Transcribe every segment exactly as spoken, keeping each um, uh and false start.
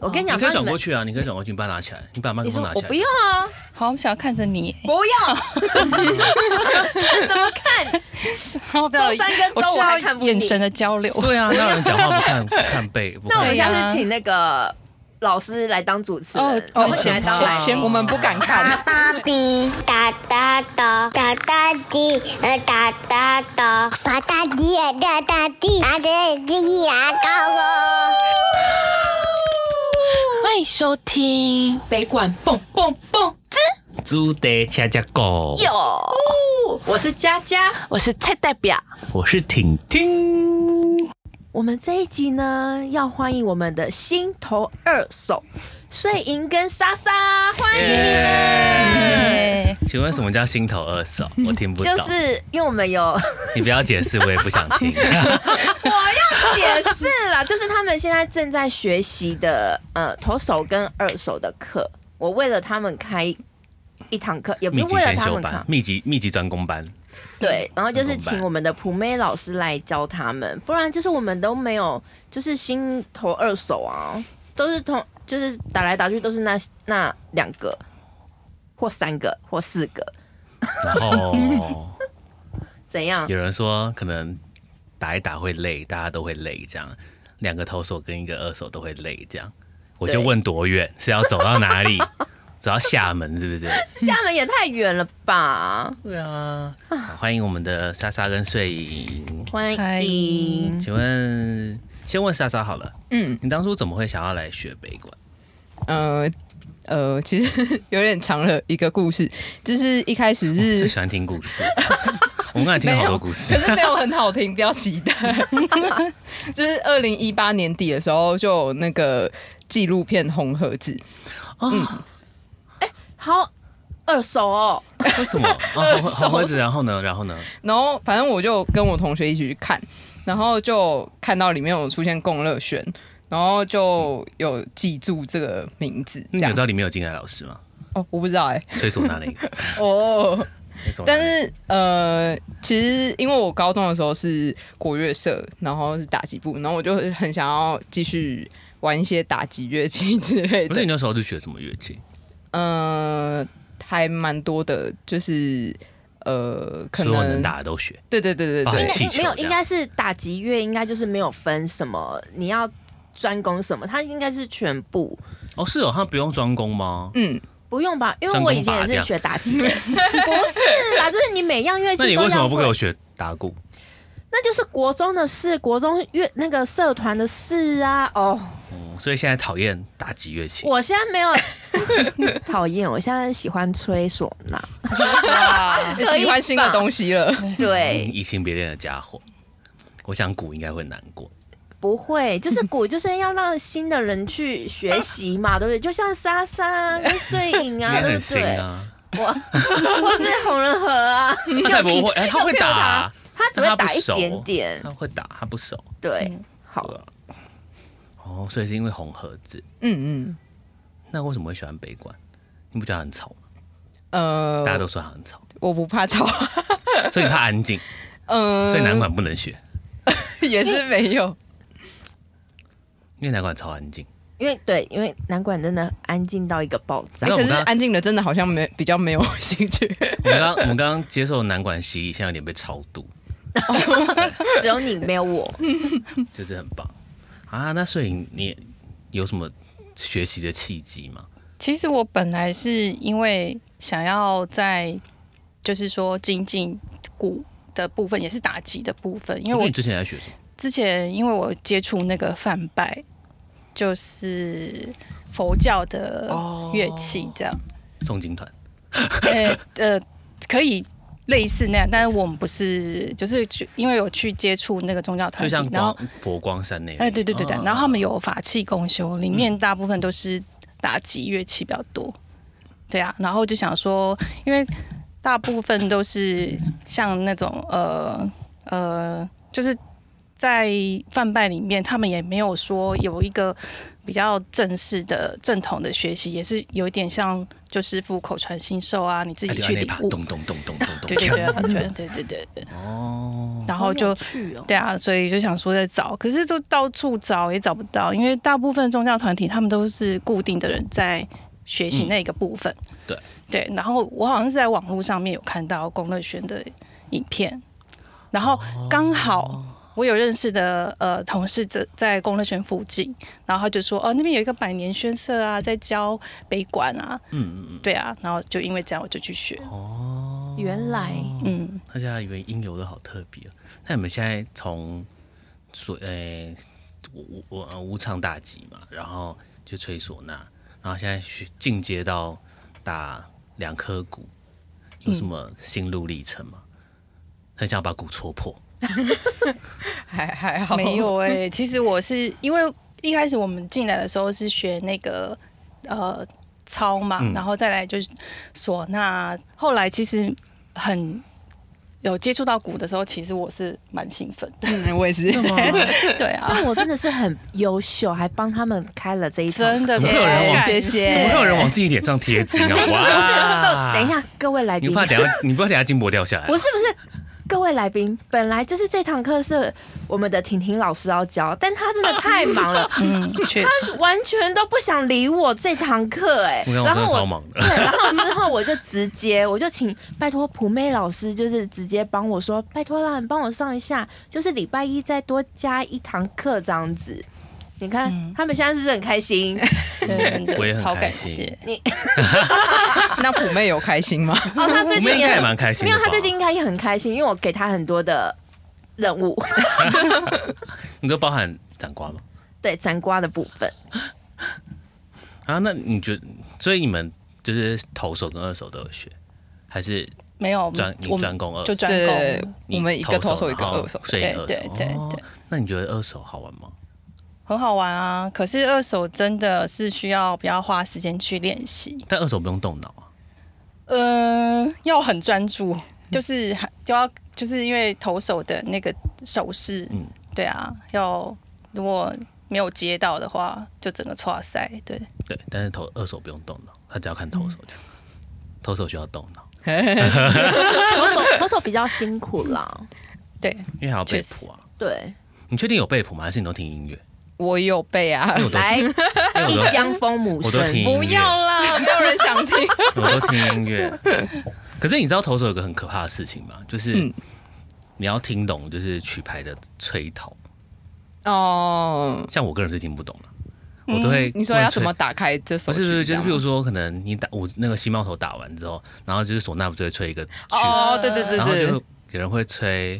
我跟你讲， 你可以转过去啊，你可以转过去，你把它拿起来，你把麦克风拿起来。 我不要啊， 好，我想要看着你。 不要，怎么看？周三跟周五还看不眼神的交流。 对啊，那人讲话不看不看背。不看那我们下次请那个老师来当主持人， 哦， 我们请来当来先，我们不敢看。 哒滴哒哒哒哒哒滴哒哒哒哒哒滴哒哒滴哒哒滴呀高哦。 欢迎收听北管蹦蹦蹦之猪的恰恰狗。 有，我是佳佳， 我是蔡代表， 我是婷婷。 我们这一集呢，要欢迎我们的心头二手睡莹跟莎莎，欢迎你们。 请问什么叫心头二手？我听不懂。 就是因为我们有， 你不要解释，我也不想听。 我要解释啦，就是他们现在正在学习的呃投手跟二手的课，我为了他们开一堂课，也不是密集为了他们先修班，密集密集专攻班。 对，然后就是请我们的普妹老师来教他们，不然就是我们都没有，就是心头二手啊，都是同，就是打来打去都是那那两个，或三个，或四个。 然后怎样？ 有人说可能打一打会累，大家都会累，这样两个投手跟一个二手都会累，这样我就问多远是要走到哪里？走到厦门是不是？ 厦门也太远了吧？ 对啊，欢迎我们的莎莎跟睡莹， 欢迎。 请问，先问莎莎好了， 嗯， 你当初怎么会想要来学北管？ 呃呃，其实有点长了一个故事，就是一开始是、 哦、最喜欢听故事，我们刚才听了好多故事， 可是没有很好听，不要期待。就是二零一八年底的时候，就有那个纪录片《红盒子》 哦。 嗯好二手哦？ 为什么？啊，红盒子，然后呢？然后呢？ 然后反正我就跟我同学一起去看，然后就看到里面有出现龚乐璇，然后就有记住这个名字。 你知道里面有金来老师吗？ 哦，我不知道哎、 吹唢呐那个。 哦。但是呃，其实因为我高中的时候是国乐社，然后是打击部，然后我就很想要继续玩一些打击乐器之类的。 可是你那时候是学什么乐器？ 呃，还蛮多的，就是呃，可能所有能打的都学。 对对对对对， 气球没有，应该是打击乐，应该就是没有分什么你要专攻什么，它应该是全部。 哦，是哦，它不用专攻吗？ 嗯， 不用吧，因为我以前也是学打击乐，不是啦，就是你每样乐器都要会。 那你为什么不给我学打鼓？ 那就是国中的事，国中乐那个社团的事啊，哦。 嗯，所以现在讨厌打击乐器。 我现在没有讨厌，我现在喜欢吹唢呐， 喜欢新的东西了。 对， 移情别恋的家伙，我想鼓应该会难过。 不会，就是鼓就是要让新的人去学习嘛，对不对？就像莎莎跟睡影啊，对不对？我或是红人和啊， 他才不会，哎，他会打、啊， 他只会打一点点， 他会打，他不熟。 对，好。 哦，所以是因为红盒子。 嗯嗯。 那为什么会喜欢北管？你不觉得很吵吗？ 呃， 大家都说他很吵。 我不怕吵， 所以你怕安静。嗯、呃，所以南管不能学。 也是没有。 因为南管超安静， 因为对，因为南管真的安静到一个爆炸。 可是安静的真的好像没比较没有兴趣。 我们刚我们刚刚接受南管洗礼，现在有点被超度。 只有你没有我， 就是很棒啊！那所以你有什么学习的契机吗？ 其实我本来是因为想要在就是说精进鼓的部分，也是打击的部分，因为我你之前在学什么？ 之前因为我接触那个梵拜，就是佛教的乐器，这样。 诵经团。 呃呃，可以类似那样，但是我们不是，就是因为有去接触那个宗教团体， 就像然后佛光山那， 哎、呃，对对对对，哦、然后他们有法器共修，里面大部分都是打击乐器比较多。对啊，然后就想说，因为大部分都是像那种呃呃，就是在梵拜里面，他们也没有说有一个比较正式的正统的学习，也是有一点像就师父口传心授啊，你自己去领悟。 咚咚咚咚咚懂。 对对对对对对对对。哦。然后就、 哦、 对啊，所以就想说在找，可是就到处找也找不到，因为大部分宗教团体他们都是固定的人在学习那个部分。 嗯、对对。然后我好像是在网络上面有看到龚乐轩的影片，然后刚好。哦我有认识的呃同事在在龚乐轩附近，然后他就说哦那边有一个百年轩社啊，在教北管啊，嗯嗯嗯，对啊，然后就因为这样我就去学。 哦，原来， 嗯，大家以为音游都好特别、哦，那你们现在从所呃无无无唱大吉嘛，然后就吹唢呐，然后现在学进阶到打两颗鼓，有什么心路历程吗？很想把鼓戳破。 还还好， 没有哎、欸。其实我是因为一开始我们进来的时候是学那个呃操嘛、嗯，然后再来就是唢呐。后来其实很有接触到鼓的时候，其实我是蛮兴奋的。 嗯，我也是。 对啊， 但我真的是很优秀，还帮他们开了这一场。 真的， 怎么会有人往谢谢？ 怎么会有人往自己脸上贴金啊？哇！ 不是，等一下，各位来宾， 你不怕等一下，你不怕等一下金箔掉下来？ 不是不是。各位来宾，本来就是这堂课是我们的婷婷老师要教，但他真的太忙了，嗯，他完全都不想理我这堂课，哎， 然后我超忙的， 对，然后之后我就直接，我就请拜托普妹老师，就是直接帮我说，拜托啦，你帮我上一下，就是礼拜一再多加一堂课这样子。你看、嗯、他们现在是不是很开心？ 对， 我也很开心。 你那普妹有开心吗？ 哦，他最近也应该也蛮开心的。 没有，他最近应该也很开心，因为我给他很多的任务。 你都包含斩瓜吗？ 对，斩瓜的部分。 啊，那你觉得，所以你们就是头手跟二手都有学，还是没有专你专攻二手？ 就专攻， 我们一个头手一个二手， 所以二手。 对对对哦。那你觉得二手好玩吗？ 很好玩啊，可是二手真的是需要比较花时间去练习。 但二手不用动脑啊。 嗯、呃，要很专注，就是就要就是因为投手的那个手势，嗯，对啊，要如果没有接到的话，就整个挫赛，对。 对，但是投二手不用动脑，他只要看投手就，嗯、投手需要动脑。 投手投手比较辛苦啦， 对， 因为还要背谱啊。 对， 你确定有背谱吗？还是你都听音乐？ 我有背啊， 来一江风母声， 不要啦，没有人想听。 我都听音乐。可是你知道投手有个很可怕的事情吗？就是你要听懂就是曲牌的吹头。哦，像我个人是听不懂的，我都会、 嗯。你说要怎么打开这首曲？ 不是不是，就是譬如说，可能你打我那个新帽头打完之后，然后就是唢呐不就会吹一个曲？ 哦，对对对对， 然后就有人会吹。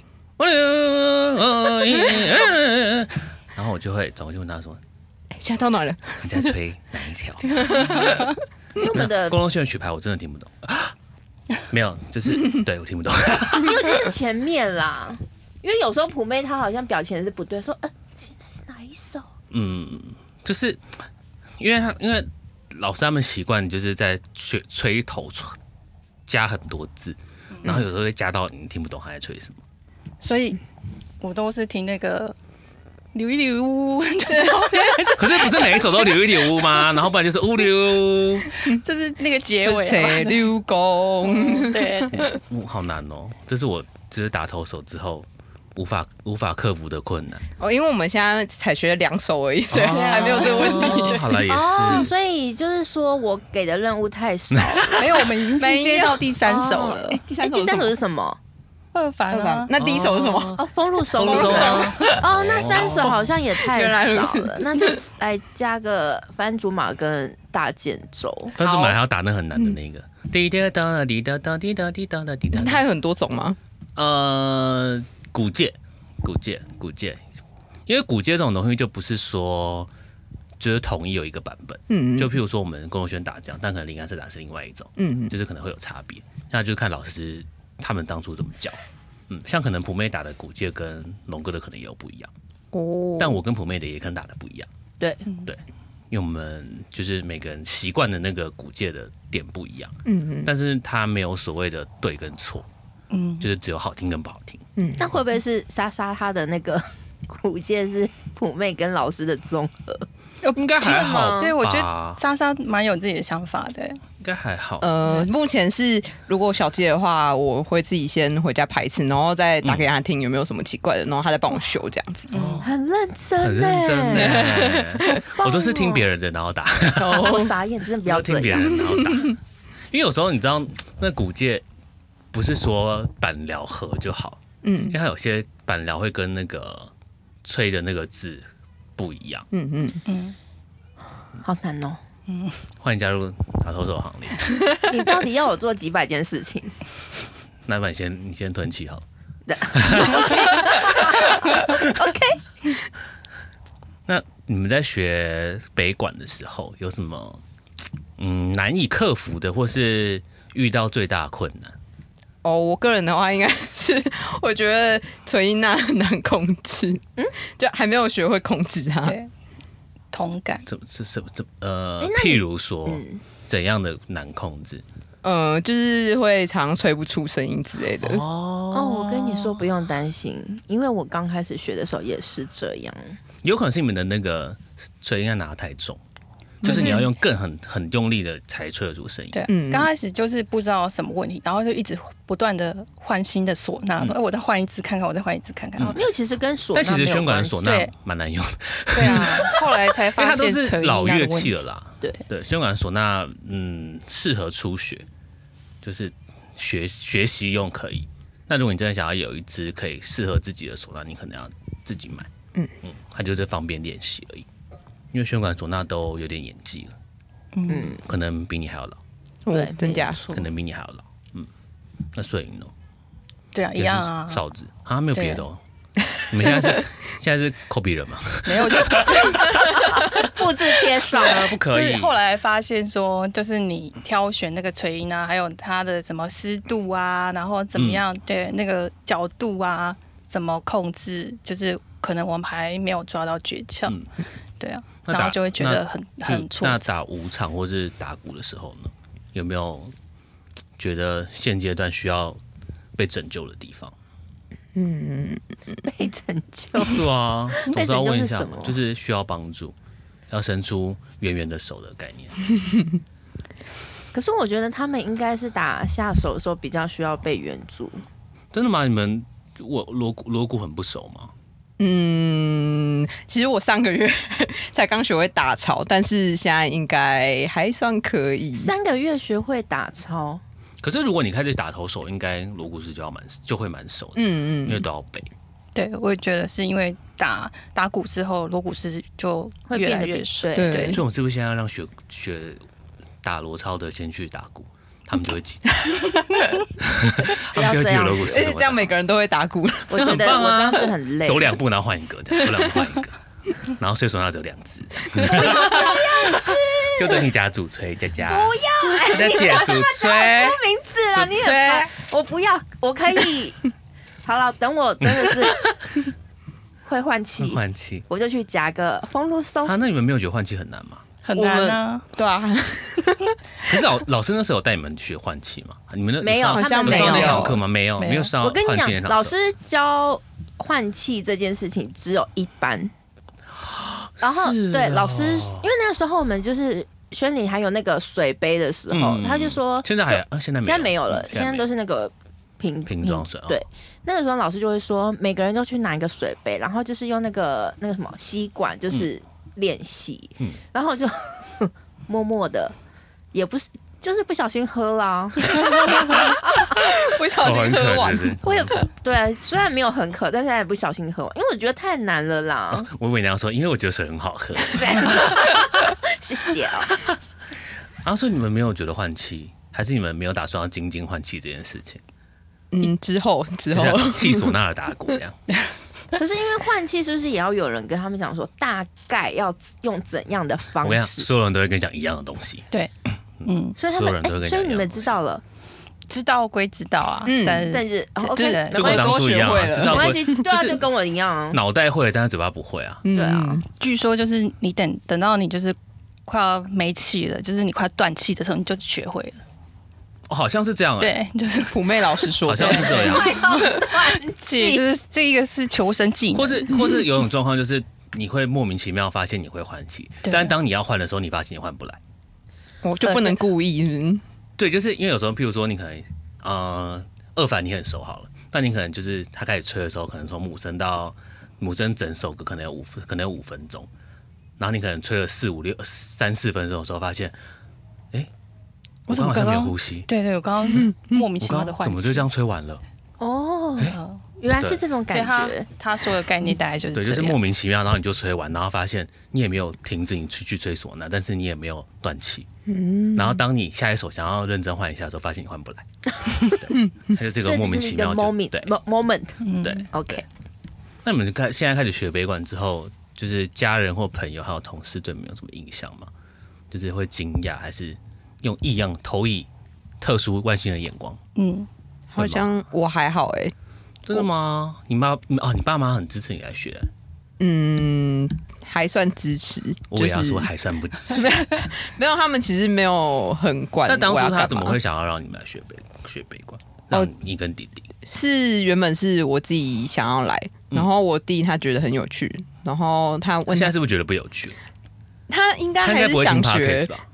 然后我就会转过去问他说：“ 现在到哪了？ 你在吹哪一条？” 因为我们的公路线的曲牌我真的听不懂，没有，就是对我听不懂。 因为就是前面啦，因为有时候普妹她好像表情是不对，说呃现在是哪一首？ 嗯，就是因为他因为老师他们习惯就是在吹吹头加很多字，然后有时候会加到你听不懂他在吹什么， 所以我都是听那个。溜一溜呜， 可是不是每一首都溜一溜呜吗？然后不然就是乌溜， 这是那个结尾。 铁溜弓， 对， 好难哦！这是我就是打投手之后无法无法克服的困难。 哦，因为我们现在才学了两首而已，所以还没有这个问题。 哦、好了，也是、 哦。所以就是说我给的任务太少， 没有，我们已经进阶到第三首了。 哎、哦，第三首第三首是什么？ 二凡啊， 那第一首是什么？ 哦，风入手， 风入手哦，那三首好像也太少了，那就来加个番竹马跟大剑舟。 番竹马还要打那很难的那个，滴答答滴答答滴答滴答答滴答。 它有很多种吗？ 呃，古界，古界，古界，因为古界这种东西就不是说就是统一有一个版本，嗯，就譬如说我们公路轩打这样，但可能灵安社打是另外一种，嗯，就是可能会有差别，那就看老师。他们当初怎么教？嗯，像可能普妹打的鼓界跟龙哥的可能也有不一样哦，但我跟普妹的也可能打的不一样。 对对，因为我们就是每个人习惯的那个鼓界的点不一样，嗯嗯，但是它没有所谓的对跟错，嗯，就是只有好听跟不好听。 嗯，那会不会是莎莎她的那个鼓界是普妹跟老师的综合？ 应该还好。 对，我觉得莎莎蛮有自己的想法的。 应该还好。 呃，目前是如果小鸡的话，我会自己先回家排一次，然后再打给他听有没有什么奇怪的，然后他再帮我修这样子。 嗯、很认真， 很认真呢。我都是听别人的，然后打。 我傻眼，真的不要听别人然后打。因为有时候你知道，那骨界不是说板疗合就好，嗯，因为它有些板疗会跟那个吹的那个字不一样，嗯嗯嗯，好难哦。 嗯， 欢迎加入打投手行列。 你到底要我做几百件事情？ 那么你先你先吞气好了。 OK。 那你们在学北管的时候，有什么嗯难以克服的，或是遇到最大的困难？ 哦，我个人的话，应该是我觉得垂音那很难控制，嗯，就还没有学会控制它。 对。同感， 怎么是什么？怎呃，譬如说、嗯、怎样的难控制？ 呃，就是会常吹不出声音之类的。 哦，哦，我跟你说不用担心，因为我刚开始学的时候也是这样。 有可能是你们的那个吹音要拿太重，就是你要用更很很用力的才吹得出声音。 对，嗯，刚开始就是不知道什么问题，然后就一直不断的换新的唢呐，说、嗯、哎，我再换一支看看，我再换一支看看。 没有，其实跟唢呐， 但其实宣管的唢呐蛮难用的。 对啊，后来才发现， 因为它都是老乐器了啦。 对对，宣管的唢呐，嗯，适合初学，就是学学习用可以。那如果你真的想要有一支可以适合自己的唢呐，你可能要自己买。嗯嗯，它就是方便练习而已。因为宣管唢呐都有点年纪了。嗯，可能比你还要老， 对，真假？ 可能比你还要老，嗯，那摄影呢？ 对啊，一样啊， 哨子啊，没有别的哦。你们现在是现在是 copy 人吗？ 没有，就复制贴上啊，不可以。 就是后来发现说，就是你挑选那个垂音啊，还有它的什么湿度啊，然后怎么样，嗯、对那个角度啊，怎么控制，就是可能我们还没有抓到诀窍，嗯、对啊。然后就会觉得很很挫。 那打五场或是打鼓的时候呢，有没有觉得现阶段需要被拯救的地方？ 嗯，被拯救。 对啊，总是要问一下嘛，就是需要帮助，要伸出圆圆的手的概念。 可是我觉得他们应该是打下手的时候比较需要被援助。 真的吗？你们我锣鼓锣鼓很不熟吗？ 嗯，其实我上个月才刚学会打抄，但是现在应该还算可以。 三个月学会打抄， 可是如果你开始打投手，应该锣鼓师就要蛮就会蛮熟的，嗯嗯，因为都要背。 对，我也觉得是因为打打鼓之后，锣鼓师就会越来越熟。对， 所以我是不是现在要让学学打锣抄的先去打鼓？他们就会记得，他们就会记得锣鼓师。 而且这样每个人都会打鼓， 我觉得我这样子很累。 走两步然后换一个，这样走两步换一个，然后吹唢呐只有两只，这样。就等你家主吹，佳佳。 不要， 佳姐主吹。 说名字了，你很烦。我不要，我可以。好了，等我真的是会换气， 换气， 我就去夹个风露松。 啊，那你们没有觉得换气很难吗？ 很难啊， 对啊。 可是老老师那时候有带你们学换气吗？你们那没有，好像没有那堂课吗？没有，没有上。 我跟你讲，老师教换气这件事情只有一班。然后对老师，因为那个时候我们就是宣礼还有那个水杯的时候，他就说现在还现在现在没有了，现在都是那个瓶瓶装水。 对，那个时候老师就会说，每个人都去拿一个水杯，然后就是用那个那个什么吸管，就是练习。嗯，然后就默默的，也不是，就是不小心喝了， 不小心喝完。 我也对，虽然没有很渴，但是也不小心喝完，因为我觉得太难了啦。 哦、我以为你要说，因为我觉得水很好喝。 谢谢啊。 啊，所以你们没有觉得换气，还是你们没有打算要精进换气这件事情？ 嗯，之后之后， 气唢呐的打鼓这样。 可是因为换气，是不是也要有人跟他们讲说，大概要用怎样的方式？ 我跟你讲，所有人都会跟你讲一样的东西。 对，嗯， 所以他们，欸、所以你们知道了。 知道归知道啊，嗯，但是但是、哦、 OK， 就跟当初一样、啊，知道没关系，对啊，就跟我一样啊， 脑袋会，但是嘴巴不会啊， 对啊。 据说就是你等等到你就是快要没气了，就是你快断气的时候，你就学会了。 哦、好像是这样、欸， 对，就是普妹老师说， 好像是这样。 快要断气， 就是这一个是求生技能， 或是或是有种状况就是你会莫名其妙发现你会换气，但当你要换的时候，你发现你换不来， 我就不能故意。嗯、 对，就是因为有时候，譬如说你可能呃二反你很熟好了，但你可能就是他开始吹的时候，可能从母声到母声整首歌可能有五可能有五分钟，然后你可能吹了四五六三四分钟的时候，发现，哎、欸，我刚好像没有呼吸。 对对，我刚刚莫名其妙的换气， 怎么就这样吹完了？ 哦。欸原来是这种感觉， 他说的概念大概就是对，就是莫名其妙，然后你就吹完，然后发现你也没有停止你去去吹唢呐，但是你也没有断气。嗯，然后当你下一首想要认真换一下的时候，发现你换不来。对，它就这个莫名其妙的 moment， 对 moment， 对 ，OK。 那你们开现在开始学北管之后，就是家人或朋友还有同事对你们有什么印象吗？就是会惊讶，还是用异样投以特殊外星人眼光？ 嗯，好像我还好哎、欸。 真的吗？你妈哦，你爸妈很支持你来学？ 嗯，还算支持。 我也要说还算不支持。 没有，他们其实没有很管。 那当初他怎么会想要让你们来学北学北管？让你跟弟弟？ 是原本是我自己想要来，然后我弟他觉得很有趣，然后他问他现在是不是觉得不有趣？ 他应该还是想学吧？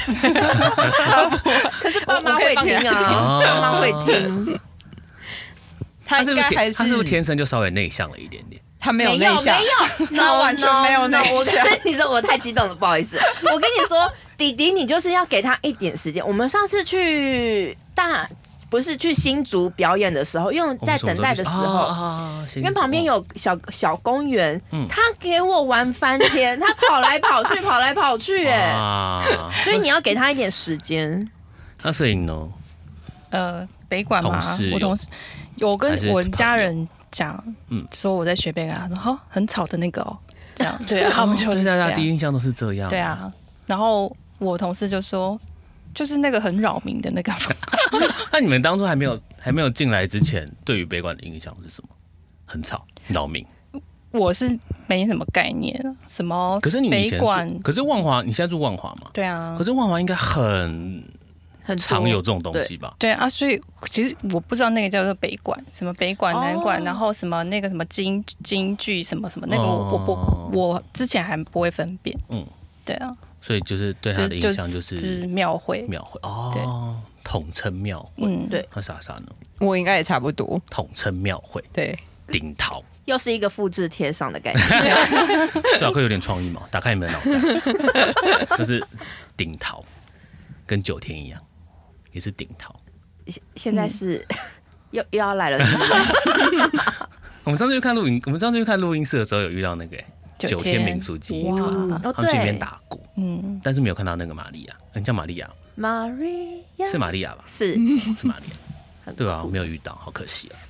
可是爸妈会听啊，爸妈会听。 他应该还是他是不是天生就稍微内向了一点点？ 他没有内向， 没有， 他完全没有内向。 我跟你说，我太激动了，不好意思。我跟你说，弟弟，你就是要给他一点时间。我们上次去大不是去新竹表演的时候，因为在等待的时候， 啊、 因为旁边有小小公园、嗯，他给我玩翻天，他跑来跑去，跑来跑去、欸，哎，所以你要给他一点时间。 那所以呢？ 呃，北管嘛，我同事。有跟我家人讲，嗯，说我在学北管，他说哦，很吵的那个哦，这样对啊，他们就对大家第一印象都是这样， 对啊。然后我同事就说，就是那个很扰民的那个。 那你们当初还没有还没有进来之前，对于北管的印象是什么？很吵，扰民。 我是没什么概念，什么？ 可是你以前北管， 可是万华，你现在住万华嘛？ 对啊。 可是万华应该很。很常有这种东西吧？ 对, 对啊，所以其实我不知道那个叫做北管，什么北管、南管，哦、然后什么那个什么京京剧什么什么那个我，我、哦、我我之前还不会分辨。嗯，对啊。 所以就是对他的印象就是、 就是庙会， 庙会哦，统称庙会。 嗯，对。 那莎莎呢？ 我应该也差不多， 统称庙会。 对， 顶桃又是一个复制贴上的概念， 对啊，会有点创意嘛？打开你们的脑袋，就是顶桃，跟九天一样。也是顶桃， 现在是、嗯、又又要来了是不是。 我们上次去看录音，我们上次去看录音室的时候，有遇到那个九天民俗集团，他们去那边打鼓，嗯，但是没有看到那个玛利亚，人叫玛利亚， 玛利亚是玛利亚吧？ 是是玛利亚，对啊，我没有遇到，好可惜啊。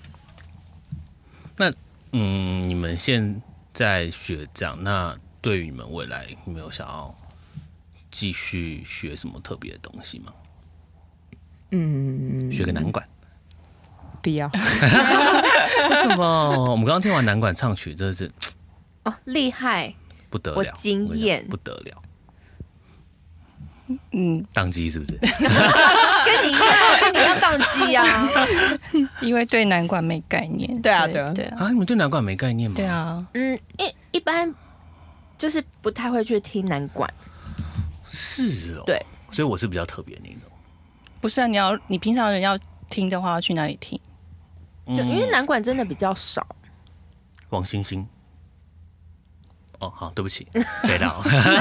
那嗯，你们现在学这样，那对于你们未来，你们有想要继续学什么特别的东西吗？嗯，学个南管， 不要。 为什么？我们刚刚听完南管唱曲，真的是哦，厉害， 不得了， 我惊艳， 不得了。 嗯， 宕机是不是？ 跟你一样，跟你一样宕机啊！ 因为对南管没概念。 对啊，对啊， 对啊。 啊，你们对南管没概念吗？ 对啊。 嗯，一一般就是不太会去听南管。 是哦。 对， 所以我是比较特别那种。 不是啊，你要你平常人要听的话，要去哪里听？ 嗯、因为南管真的比较少。 王星星。哦，好，对不起，飞到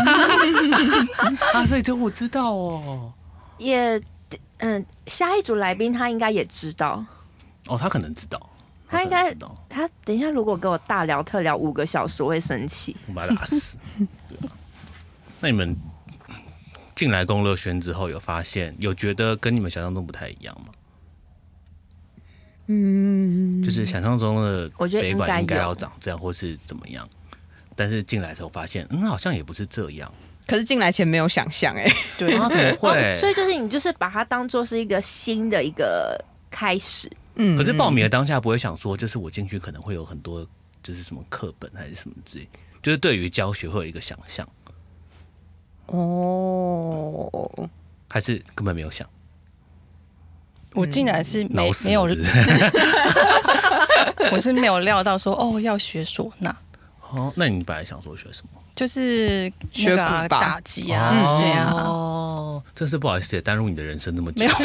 啊，所以这我知道哦。 也，嗯，下一组来宾他应该也知道。 哦，他可能知道。 他应该，他等一下如果跟我大聊特聊五个小时，我会生气， 我把他打死。那你们进来宫乐轩之后，有发现有觉得跟你们想象中不太一样吗？嗯，就是想象中的北管应该要长这样，或是怎么样？但是进来的时候发现，嗯，好像也不是这样。 可是进来前没有想象，哎， 对啊，怎么会、 哦？所以就是你就是把它当做是一个新的一个开始。 嗯，可是报名的当下不会想说，就是我进去可能会有很多，就是什么课本还是什么之类，就是对于教学会有一个想象。哦，还是根本没有想。 我进来是没、嗯、没有，我是没有料到说哦要学唢呐。 哦，那你本来想说学什么？ 就是学那个、啊、 鼓吧打击啊， 哦、 对啊。 哦，真是不好意思，也耽误你的人生那么久。 没有，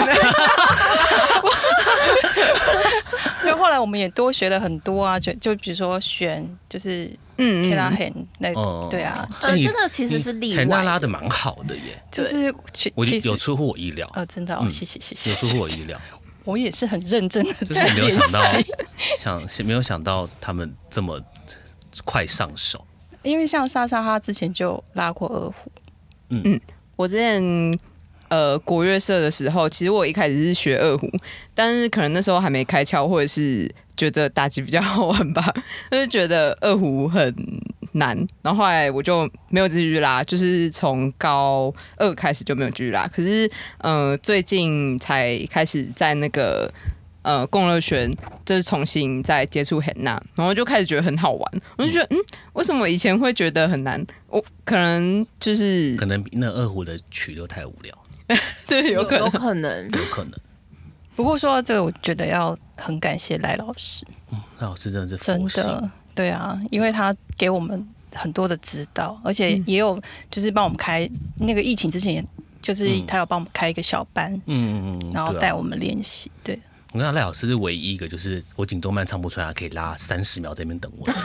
因为后来我们也多学了很多啊，就就比如说弦，就是嗯 K 拉 hand 那、哦、对啊， 呃，这个其实是例外的， 那拉的蛮好的耶， 就是我有出乎我意料啊、哦，真的、哦嗯，谢谢谢谢， 有出乎我意料。 我也是很认真的， 就是我没有想到，想没有想到他们这么快上手。 因为像莎莎，她之前就拉过二胡。 嗯嗯，我之前呃国乐社的时候，其实我一开始是学二胡，但是可能那时候还没开窍，或者是觉得打击比较好玩吧，就是觉得二胡很难，然后后来我就没有继续拉，就是从高二开始就没有继续拉。可是呃最近才开始在那个呃共乐圈，就是重新再接触henna，然后就开始觉得很好玩。我就觉得嗯，为什么以前会觉得很难？我可能就是可能那二胡的曲都太无聊， 对，有可能， 有可能， 有可能。 不过说到这个，我觉得要很感谢赖老师。 嗯，赖老师真的是真的，对啊，因为他给我们很多的指导，而且也有就是帮我们开那个疫情之前，就是他有帮我们开一个小班，嗯嗯嗯，然后带我们练习。对， 我跟赖老师是唯一一个，就是我锦州慢唱不出来，可以拉三十秒在那边等我。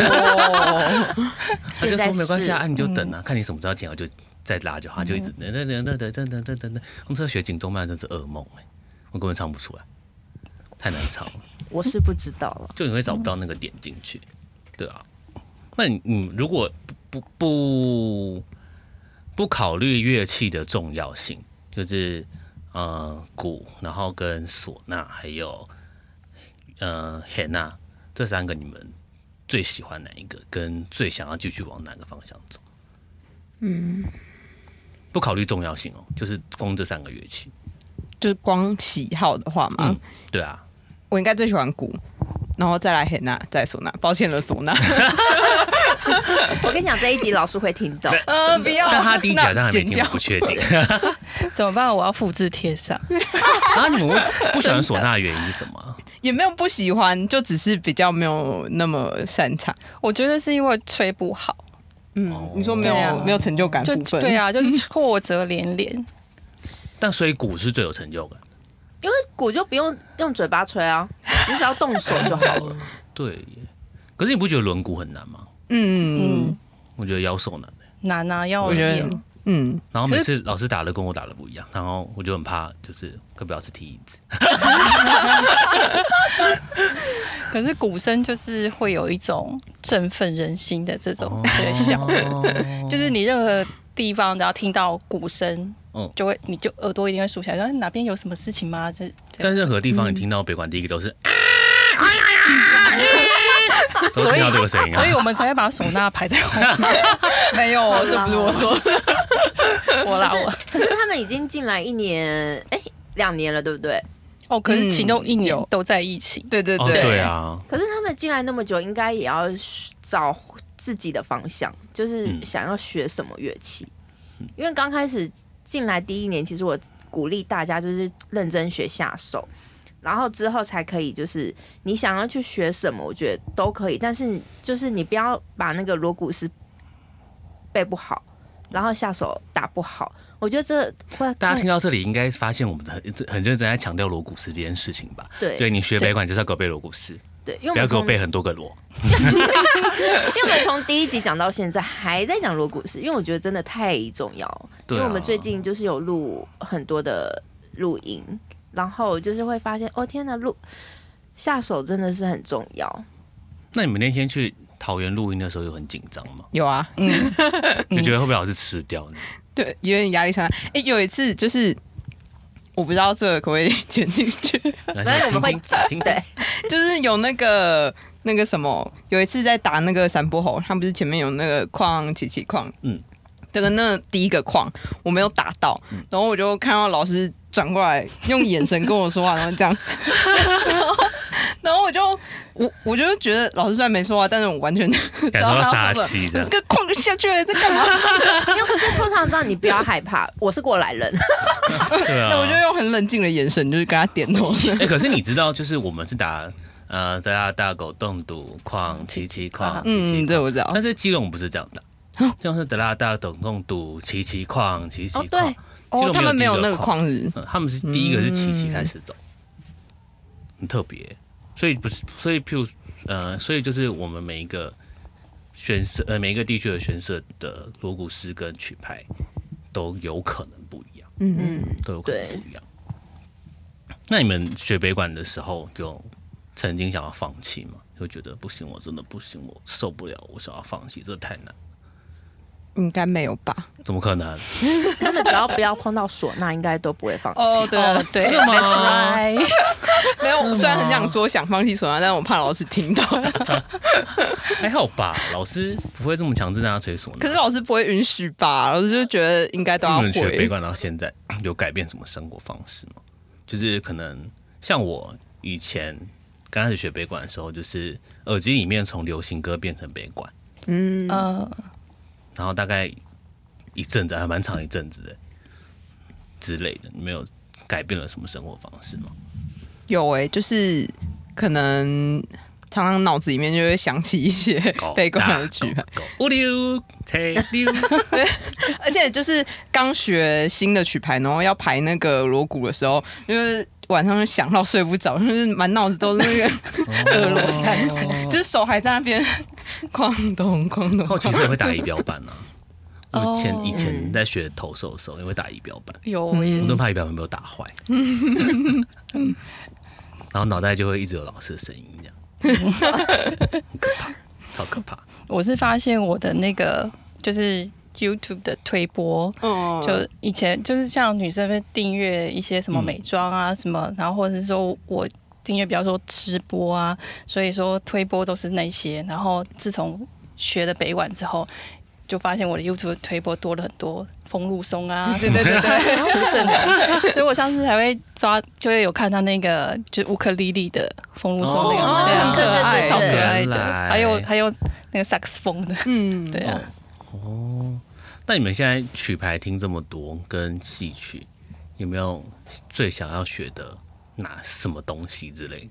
他就说没关系啊，你就等啊，看你什么时候剪，我就再拉就好，就一直等等等等等等等等等。我们这学锦州慢真是噩梦哎，我根本唱不出来，太难唱了。 我是不知道了， 就你会找不到那个点进去，对啊。那你你如果不不不不考虑乐器的重要性，就是呃鼓，然后跟唢呐，还有呃 henna 这三个，你们最喜欢哪一个？跟最想要继续往哪个方向走？嗯，不考虑重要性哦，就是光这三个乐器， 就是光喜好的话嘛。 嗯，对啊， 我应该最喜欢鼓。然后再来henna，再来唢呐，抱歉了唢呐。 我跟你讲，这一集老师会听到。 呃，不要。 但他第一集好像还没听，我不确定。 怎么办？我要复制贴上。 啊，你们不喜欢唢呐的原因是什么？ 也没有不喜欢，就只是比较没有那么擅长。 我觉得是因为吹不好。 嗯，哦、你说没有、啊、没有成就感部分？ 对啊，就是挫折连连。 但所以鼓是最有成就感。 因为鼓就不用用嘴巴吹啊，你只要动手就好了。 对耶，可是你不觉得轮鼓很难吗？ 嗯嗯， 我觉得摇手难。 难啊，要练。 嗯， 然后每次老师打的跟我打的不一样，然后我就很怕，就是可不要是踢椅子。 可是鼓声就是会有一种振奋人心的这种的效果，哦、就是你任何地方只要听到鼓声。嗯、就会，你就耳朵一定会竖起来，说哪边有什么事情吗？这但任何地方你听到北管第一个都是，嗯、都听到这个声音、啊， 所以我们才会把唢呐排在后面。 没有，这不是我说， 我啦我。 可是他们已经进来一年，哎，两年了，对不对？ 哦，可是其中一年都在疫情。 对对对， 哦、对啊。 可是他们进来那么久，应该也要找自己的方向，就是想要学什么乐器，嗯、因为刚开始。进来第一年，其实我鼓励大家就是认真学下手，然后之后才可以就是你想要去学什么，我觉得都可以，但是就是你不要把那个锣鼓是背不好，然后下手打不好。我觉得这会大家听到这里应该发现我们很很认真在强调锣鼓师这件事情吧？ 对， 所以你学北管就是要给我背锣鼓师。 对，因为不要给我背很多个锣。 因为我们从第一集讲到现在还在讲锣鼓师，因为我觉得真的太重要。 对啊、 因为我们最近就是有录很多的录音，然后就是会发现，哦天哪，录下手真的是很重要。 那你们那天去桃园录音的时候有很紧张吗？ 有啊，嗯， 你觉得会不会老是吃掉呢？ 对，有点压力山大。哎、欸，有一次就是。我不知道这个可不可以剪进去， 反正我们会听对， 就是有那个那个什么，有一次在打那个三波猴，他不是前面有那个框起起框，嗯，这个那第一个框我没有打到，嗯、然后我就看到老师转过来用眼神跟我说话，然后这样，然后然后我就我我就觉得老师虽然没说话，但是我完全感受到杀气，这这个框就下去了，在干嘛？ 因为可是通常让你不要害怕，我是过来人。 对啊， 那我就用很冷静的眼神，就是跟他点头。 哎、欸，可是你知道，就是我们是打呃，在大大狗洞堵矿七七矿七七嗯，这我知道。 但是基隆不是这样的，就是德拉大洞洞堵七七矿七七哦矿。 哦，他们没有那个旷日、 嗯，他们是第一个是七七开始走，嗯、很特别。所以不是，所以譬如呃，所以就是我们每一个选色呃每一个地区的选色的锣鼓师跟曲牌都有可能不一样，嗯嗯，都有可能不一样。那你们学北管的时候，有曾经想要放弃吗？会觉得不行，我真的不行，我受不了，我想要放弃，这太难。 应该没有吧？ 怎么可能？ 他们只要不要碰到唢呐，应该都不会放弃。 哦，对哦，对， 真的吗 That's right 没有，虽然很想说想放弃唢呐，但是我怕老师听到。 还好吧，老师不会这么强制让他吹唢呐。 可是老师不会允许吧？老师就觉得应该都要会。 你们学北管到现在有改变什么生活方式吗？就是可能像我以前刚开始学北管的时候，就是耳机里面从流行歌变成北管， 嗯呃， 然后大概一阵子还蛮长一阵子的之类的。你们有改变了什么生活方式吗？ 有哎、欸，就是可能常常脑子里面就会想起一些北管的曲牌， 五六七六， 对，而且就是刚学新的曲牌，然后要排那个锣鼓的时候，就是晚上就想到睡不着，就是满脑子都是那个俄罗斯，就是手还在那边哐咚哐咚。 后其实也会打仪表板啊。我以前哦以前在学投手的时候，也会打仪表板， 有我也是我都怕仪表板没有打坏，然后脑袋就会一直有老师的声音，这样很可怕，超可怕。 我是发现我的那个就是 YouTube 的推播， 嗯就以前就是像女生会订阅一些什么美妆啊什么，然后或者是说我订阅比较说吃播啊，所以说推播都是那些。然后自从学了北管之后，就发现我的 YouTube 推播多了很多风露松啊，对对对对，出阵的。所以我上次才会抓，就会有看到那个就是乌克丽丽的风露松那个， 哦对啊， 很可爱对超可爱的。 原来还有还有那个萨克斯风的， 嗯， 对啊。 哦，那你们现在曲牌听这么多，跟戏曲有没有最想要学的哪什么东西之类的？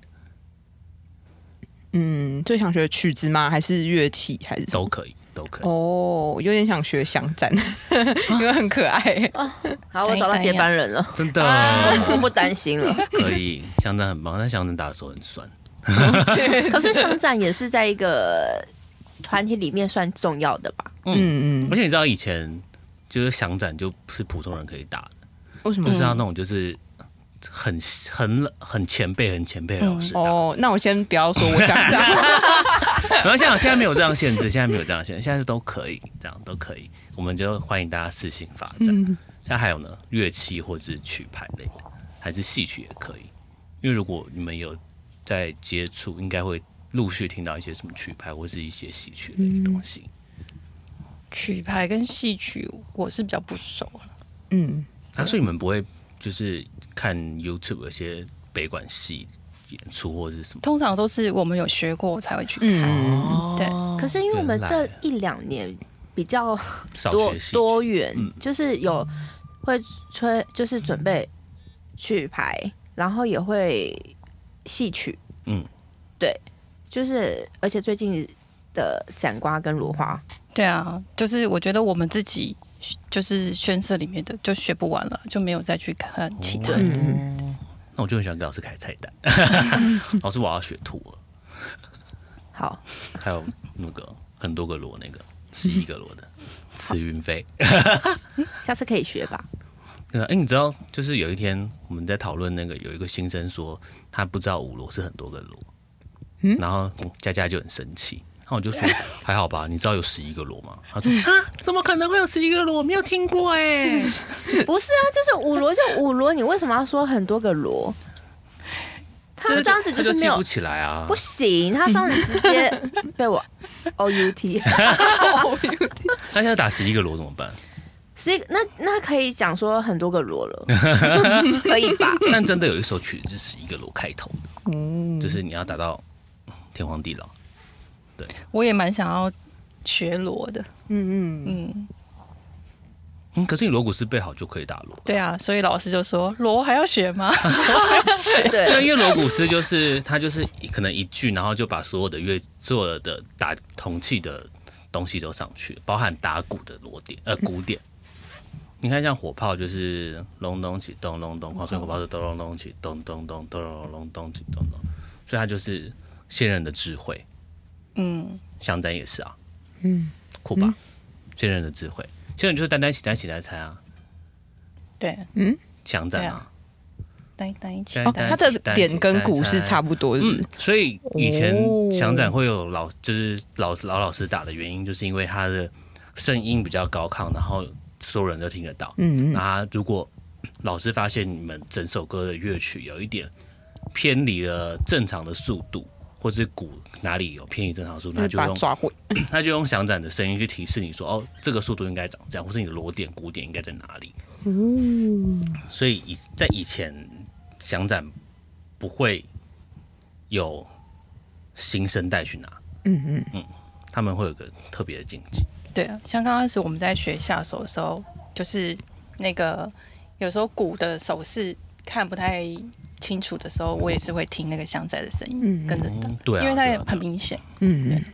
嗯，最想学曲子吗？还是乐器？还是什么都可以，都可以。 哦，有点想学响展，因为很可爱。 好，我找到接班人了， 真的、 我不担心了。 可以，香站很棒，但香站打的手很酸。 可是商战也是在一个团体里面算重要的吧？ 嗯嗯， 而且你知道以前就是响展就不是普通人可以打的， 为什么？ 就是要那种就是很很很前辈、很前辈的老师打。 哦，那我先不要说我想讲。 然后现在现在没有这样限制，现在没有这样限制，现在是都可以，这样都可以。我们就欢迎大家自行发展。 嗯现在还有呢，乐器或是曲牌类的，还是戏曲也可以。因为如果你们有在接触，应该会陆续听到一些什么曲牌或是一些戏曲类的东西。 曲牌跟戏曲我是比较不熟了。 嗯， 啊，所以你们不会就是看 YouTube 有些北管戏演出或者是什么？ 通常都是我们有学过我才会去看。 嗯对， 可是因为我们原来这一两年比较少多学戏曲多元， 嗯就是有会吹，就是准备曲牌，然后也会戏曲， 嗯， 对，就是而且最近的展瓜跟罗花， 对啊，就是我觉得我们自己就是宣社里面的就学不完了，就没有再去看其他。 嗯那我就很喜欢给老师开菜单。老师，我要学兔儿， 好， 还有那个很多个螺，那个十一个螺的慈云飞。 下次可以学吧。 对啊，哎、欸，你知道，就是有一天我们在讨论那个，有一个新生说他不知道五螺是很多个螺，嗯，然后佳佳就很生气，然后我就说还好吧，你知道有十一个螺吗？他说啊，怎么可能会有十一个螺？我没有听过哎、欸。 不是啊，就是五螺就五螺，你为什么要说很多个螺？他这样子就是没有记不起来啊， 不行，他这样子直接被我 O U T。 那现在打十一个螺怎么办？ 十一个，那那可以讲说很多个螺了，可以吧？ 但真的有一首曲子是十一个螺开头的，嗯，就是你要达到天荒地老。对， 我也蛮想要学螺的， 嗯嗯嗯， 嗯，可是你锣鼓是背好就可以打锣。 对啊，所以老师就说锣还要学吗？ 对， 因为锣鼓师就是他就是可能一句，然后就把所有的乐所有的打铜器的东西都上去，包含打鼓的锣点呃鼓点。你看像火炮就是隆咚起咚隆咚，所以火炮是咚隆咚起咚咚咚咚隆隆咚起咚咚，所以它就是先人的智慧。 嗯， 香展也是啊， 嗯， 酷吧？先人的智慧，先人就是单单起单起来猜啊。 对， 嗯， 香展啊， 单单一起。 哦，它的点跟鼓是差不多的。 嗯，所以以前香展会有老就是老老老师打的原因，就是因为他的声音比较高亢，然后所有人都听得到。嗯嗯。那如果老师发现你们整首歌的乐曲有一点偏离了正常的速度，或是鼓哪里有偏离正常速度，他就用抓回， 他就用响展的声音去提示你说，哦，这个速度应该长这样，或是你的锣点、鼓点应该在哪里。嗯。所以以在以前响展不会有新生代去拿。嗯嗯嗯，他们会有个特别的禁忌。 对啊，像刚开始我们在学下手的时候，就是那个有时候鼓的手势看不太清楚的时候，我也是会听那个响仔的声音，嗯、跟着打、嗯， 对啊， 因为它也很明显。嗯嗯。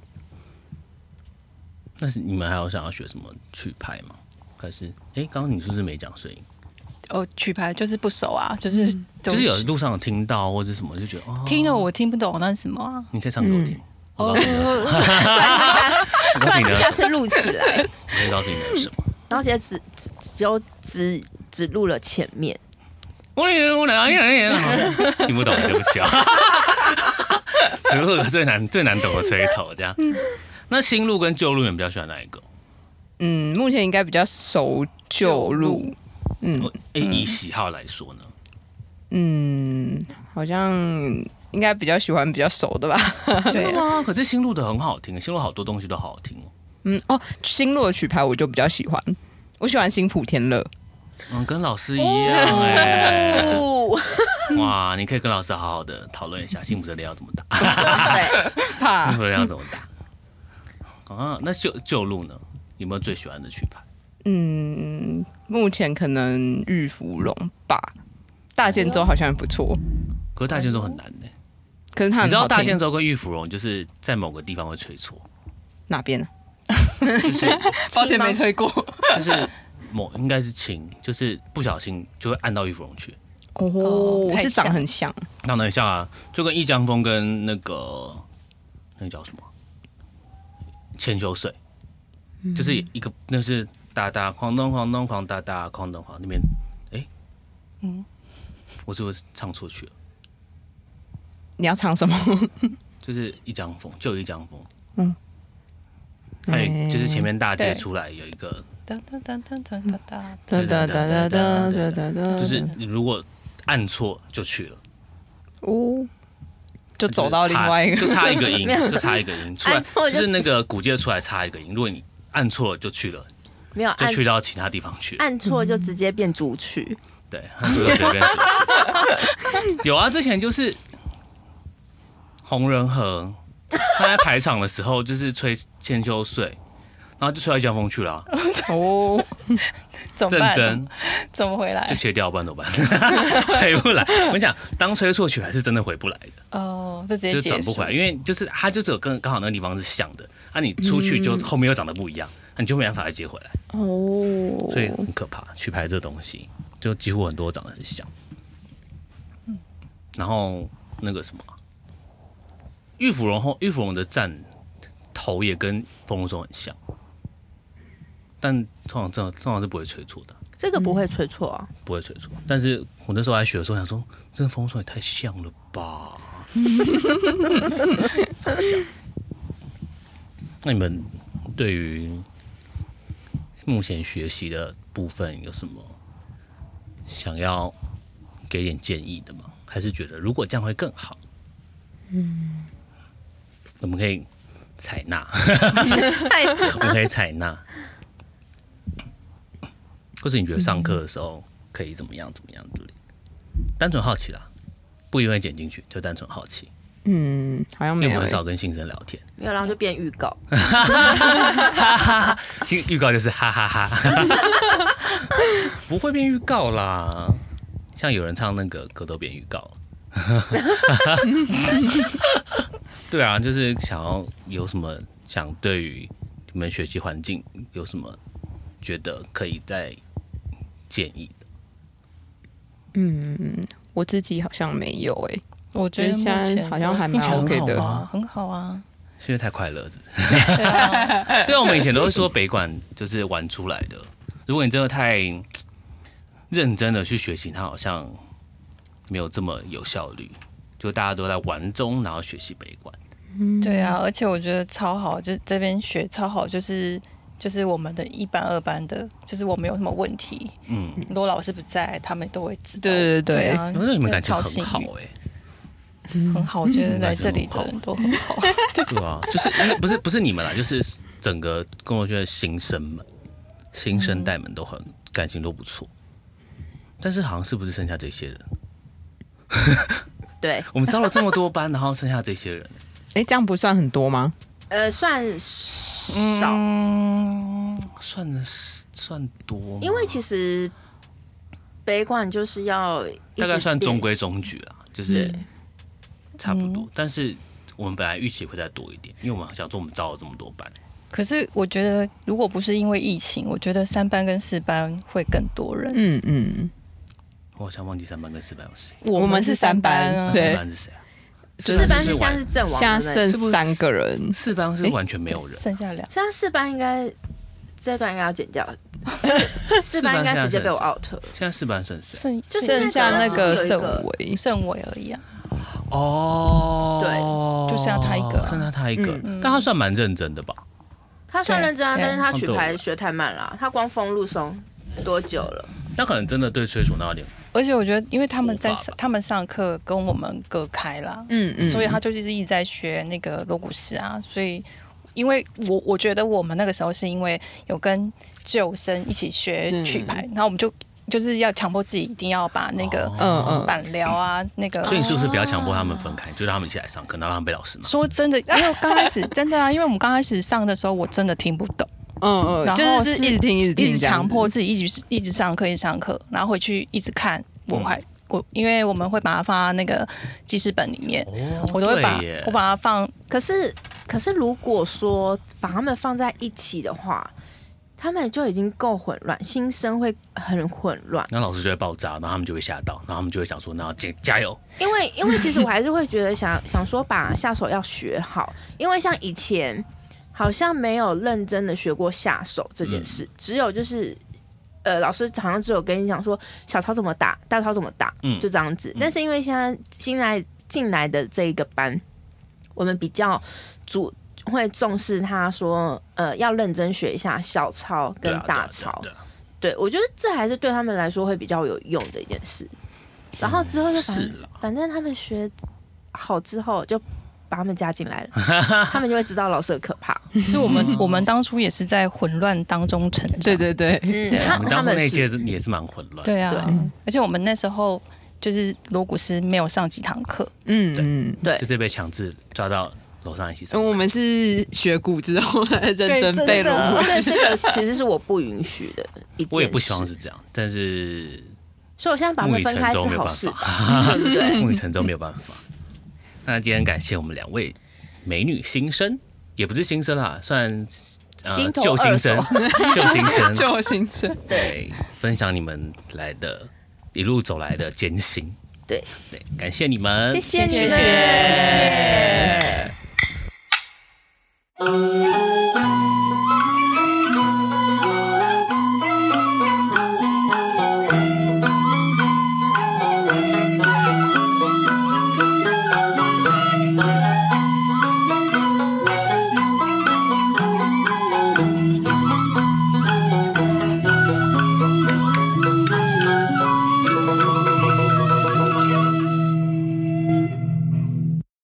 但是你们还有想要学什么曲牌吗？还是哎，刚刚你是不是没讲声音？ 哦，曲牌就是不熟啊，就是、嗯、 就是有路上有听到或者什么，就觉得哦， 听了我听不懂那是什么啊？ 你可以唱给我听。嗯哦， 我告诉你， 下次录起来。 我可以告诉你们什么。 然后直接只只只有只只录了前面。 我我俩听不懂，对不起啊。只是个最难最难懂的吹头这样。那新路跟旧路，你们比较喜欢哪一个？ 嗯，目前应该比较熟旧路。 嗯，哎，以喜好来说呢？ 嗯，好像。应该比较喜欢比较熟的吧？ 对啊，可是新路的很好听，新路好多东西都好好听哦。 嗯哦，新路的曲牌我就比较喜欢，我喜欢新普天乐。 嗯，跟老师一样哎、欸。哦、哇，你可以跟老师好好的讨论一下新普天乐要怎么打。 对， 怕新普天乐要怎么打？啊，那旧旧路呢？有没有最喜欢的曲牌？ 嗯，目前可能玉芙蓉吧，大建州好像还不错。 可是大建州很难呢、欸， 可是他你知道大建州跟玉芙蓉就是在某个地方会吹错， 哪边呢、 啊？就是抱歉没吹过， 就是某应该是琴，就是不小心就会按到玉芙蓉去。 哦，是长很像， 长得很像啊，就跟一江风跟那个那个叫什么千秋岁，嗯、就是一个那是哒哒哐咚哐咚哐哒哒哐咚哐那边，哎、欸，嗯，我是不是唱错去了？ 你要唱什么？ 就是一江风，就一江风。嗯，还有就是前面大街出来有一个，哒哒哒哒哒哒哒哒哒哒哒哒哒，就是你如果按错就去了， 哦，就走到另外一个， 就差一个音，就差一个音出来，就是那个鼓阶出来差一个音。如果你按错了就去了， 没有就去到其他地方去， 按错就直接变主曲。 对，按错就直接变主曲。有啊，之前就是。红人和他在排场的时候，就是吹千秋岁，然后就吹到一江风去了、啊。哦， 怎么办？ 认真怎么回来？ 就切掉，不然怎么办？回不来。我跟你讲，当吹错曲还是真的回不来的。 哦，就直接就转不回来，因为就是它就只有跟刚好那个地方是像的，啊，你出去就后面又长得不一样，那、嗯、你就没办法再接回来。哦，所以很可怕。曲牌这东西，就几乎很多长得很像。嗯，然后那个什么。玉芙蓉后，玉芙蓉的站头也跟风龙松很像，但通常这通常是不会吹错的。 这个不会吹错啊， 嗯、不会吹错。但是我那时候在学的时候想说，这个风龙松也太像了吧，超像。那你们对于目前学习的部分有什么想要给点建议的吗？还是觉得如果这样会更好？嗯。我们可以采纳，我们可以采纳，或是你觉得上课的时候可以怎么样怎么样之类，单纯好奇啦，不一定会剪进去，就单纯好奇。 嗯，好像没有、欸， 因为我很少跟新生聊天， 没有，然后就变预告。 新预告就是哈哈哈，不会变预告啦。像有人唱那个歌都变预告。对啊，就是想要有什么想对于你们学习环境有什么觉得可以再建议的？ 嗯，我自己好像没有哎、欸， 我觉得现在好像还蛮 OK 的， 啊，很好啊。 是因为太快乐，是不是？ 对啊， 对啊，我们以前都会说北管就是玩出来的。如果你真的太认真的去学习，它好像没有这么有效率。就大家都在玩中，然后学习北管。 对啊，而且我觉得超好，就这边学超好，就是就是我们的一班、二班的，就是我没有什么问题。嗯，如果老师不在，他们都会知道。 对对对， 对啊， 那你们感情很好哎、 欸，很好，我觉得来这里的人都很好。 对啊，就是因为不是不是你们啦，就是整个工作圈的新生们、新生代们都很感情都不错。但是好像是不是剩下这些人？ 对， 我们招了这么多班，然后剩下这些人， 哎、欸，这样不算很多吗？ 呃，算少， 嗯、算算多吗， 因为其实北管就是要大概算中规中矩啦，就是差不多。嗯、但是我们本来预期会再多一点，因为我们想说我们招了这么多班。 可是我觉得，如果不是因为疫情，我觉得三班跟四班会更多人。 嗯嗯。 我好像忘记三班跟四班有谁。 我们是三班啊， 四班是谁啊？ 四班是像是阵亡， 现在剩三个人， 四班是完全没有人， 剩下两。 现在四班应该这段应该要剪掉，四班应该直接被我 out。 现在四班剩谁？ 剩就剩下那个盛伟， 盛伟而已啊。 哦， 对，就剩下他一个， 剩下他一个，但他算蛮认真的吧？ 他算认真啊，但是他曲牌学太慢了，他光封路松多久了？ 他可能真的对吹唢呐有点。 而且我觉得，因为他们在他们上课跟我们隔开啦，嗯嗯，所以他就是一直在学那个锣鼓式啊。所以，因为我我觉得我们那个时候是因为有跟旧生一起学曲牌，嗯、然后我们就就是要强迫自己一定要把那个嗯嗯板疗啊那个。 所以你是不是不要强迫他们分开，就让他们一起来上课，然后让他们被老师骂？ 说真的，因为刚开始真的啊，因为我们刚开始上的时候，我真的听不懂。 嗯嗯，然后是一直听一直听， 一直强迫自己一直一直上课，一直上课，然后回去一直看。我还我因为我们会把它放在那个记事本里面，哦、我都会把我把它放。 可是可是如果说把它们放在一起的话，他们就已经够混乱，新生会很混乱， 那老师就会爆炸，然后他们就会吓到，然后他们就会想说：“那要加油。” 因为因为其实我还是会觉得想想说把下手要学好，因为像以前。好像没有认真的学过下手这件事，嗯、只有就是呃，老师好像只有跟你讲说小抄怎么打，大抄怎么打，嗯、就这样子。嗯、但是因为现在新来进来的这一个班，我们比较主会重视他说呃要认真学一下小抄跟大抄。对, 啊对, 啊对, 啊对, 啊、对，我觉得这还是对他们来说会比较有用的一件事。然后之后就反正、嗯、反正他们学好之后就。把他们加进来了，他们就会知道老师的可怕。 所以我们我们当初也是在混乱当中成长。 对对对， 嗯，对啊，我们当初那一届也是蛮混乱。 对啊，对而且我们那时候就是锣鼓师没有上几堂课， 嗯嗯， 对， 就是被强制抓到楼上一起上。 我们是学鼓之后才认真背锣鼓师， 这个其实是我不允许的一件事。 我也不希望是这样，但是， 所以我现在把他们分开是好事吧？对不对？ 木已成舟没有办法。那今天感谢我们两位美女新生，也不是新生啦，算呃旧新生，旧新生， 旧新生， 对，分享你们来的一路走来的艰辛， 对对，感谢你们， 谢谢你们。 谢谢。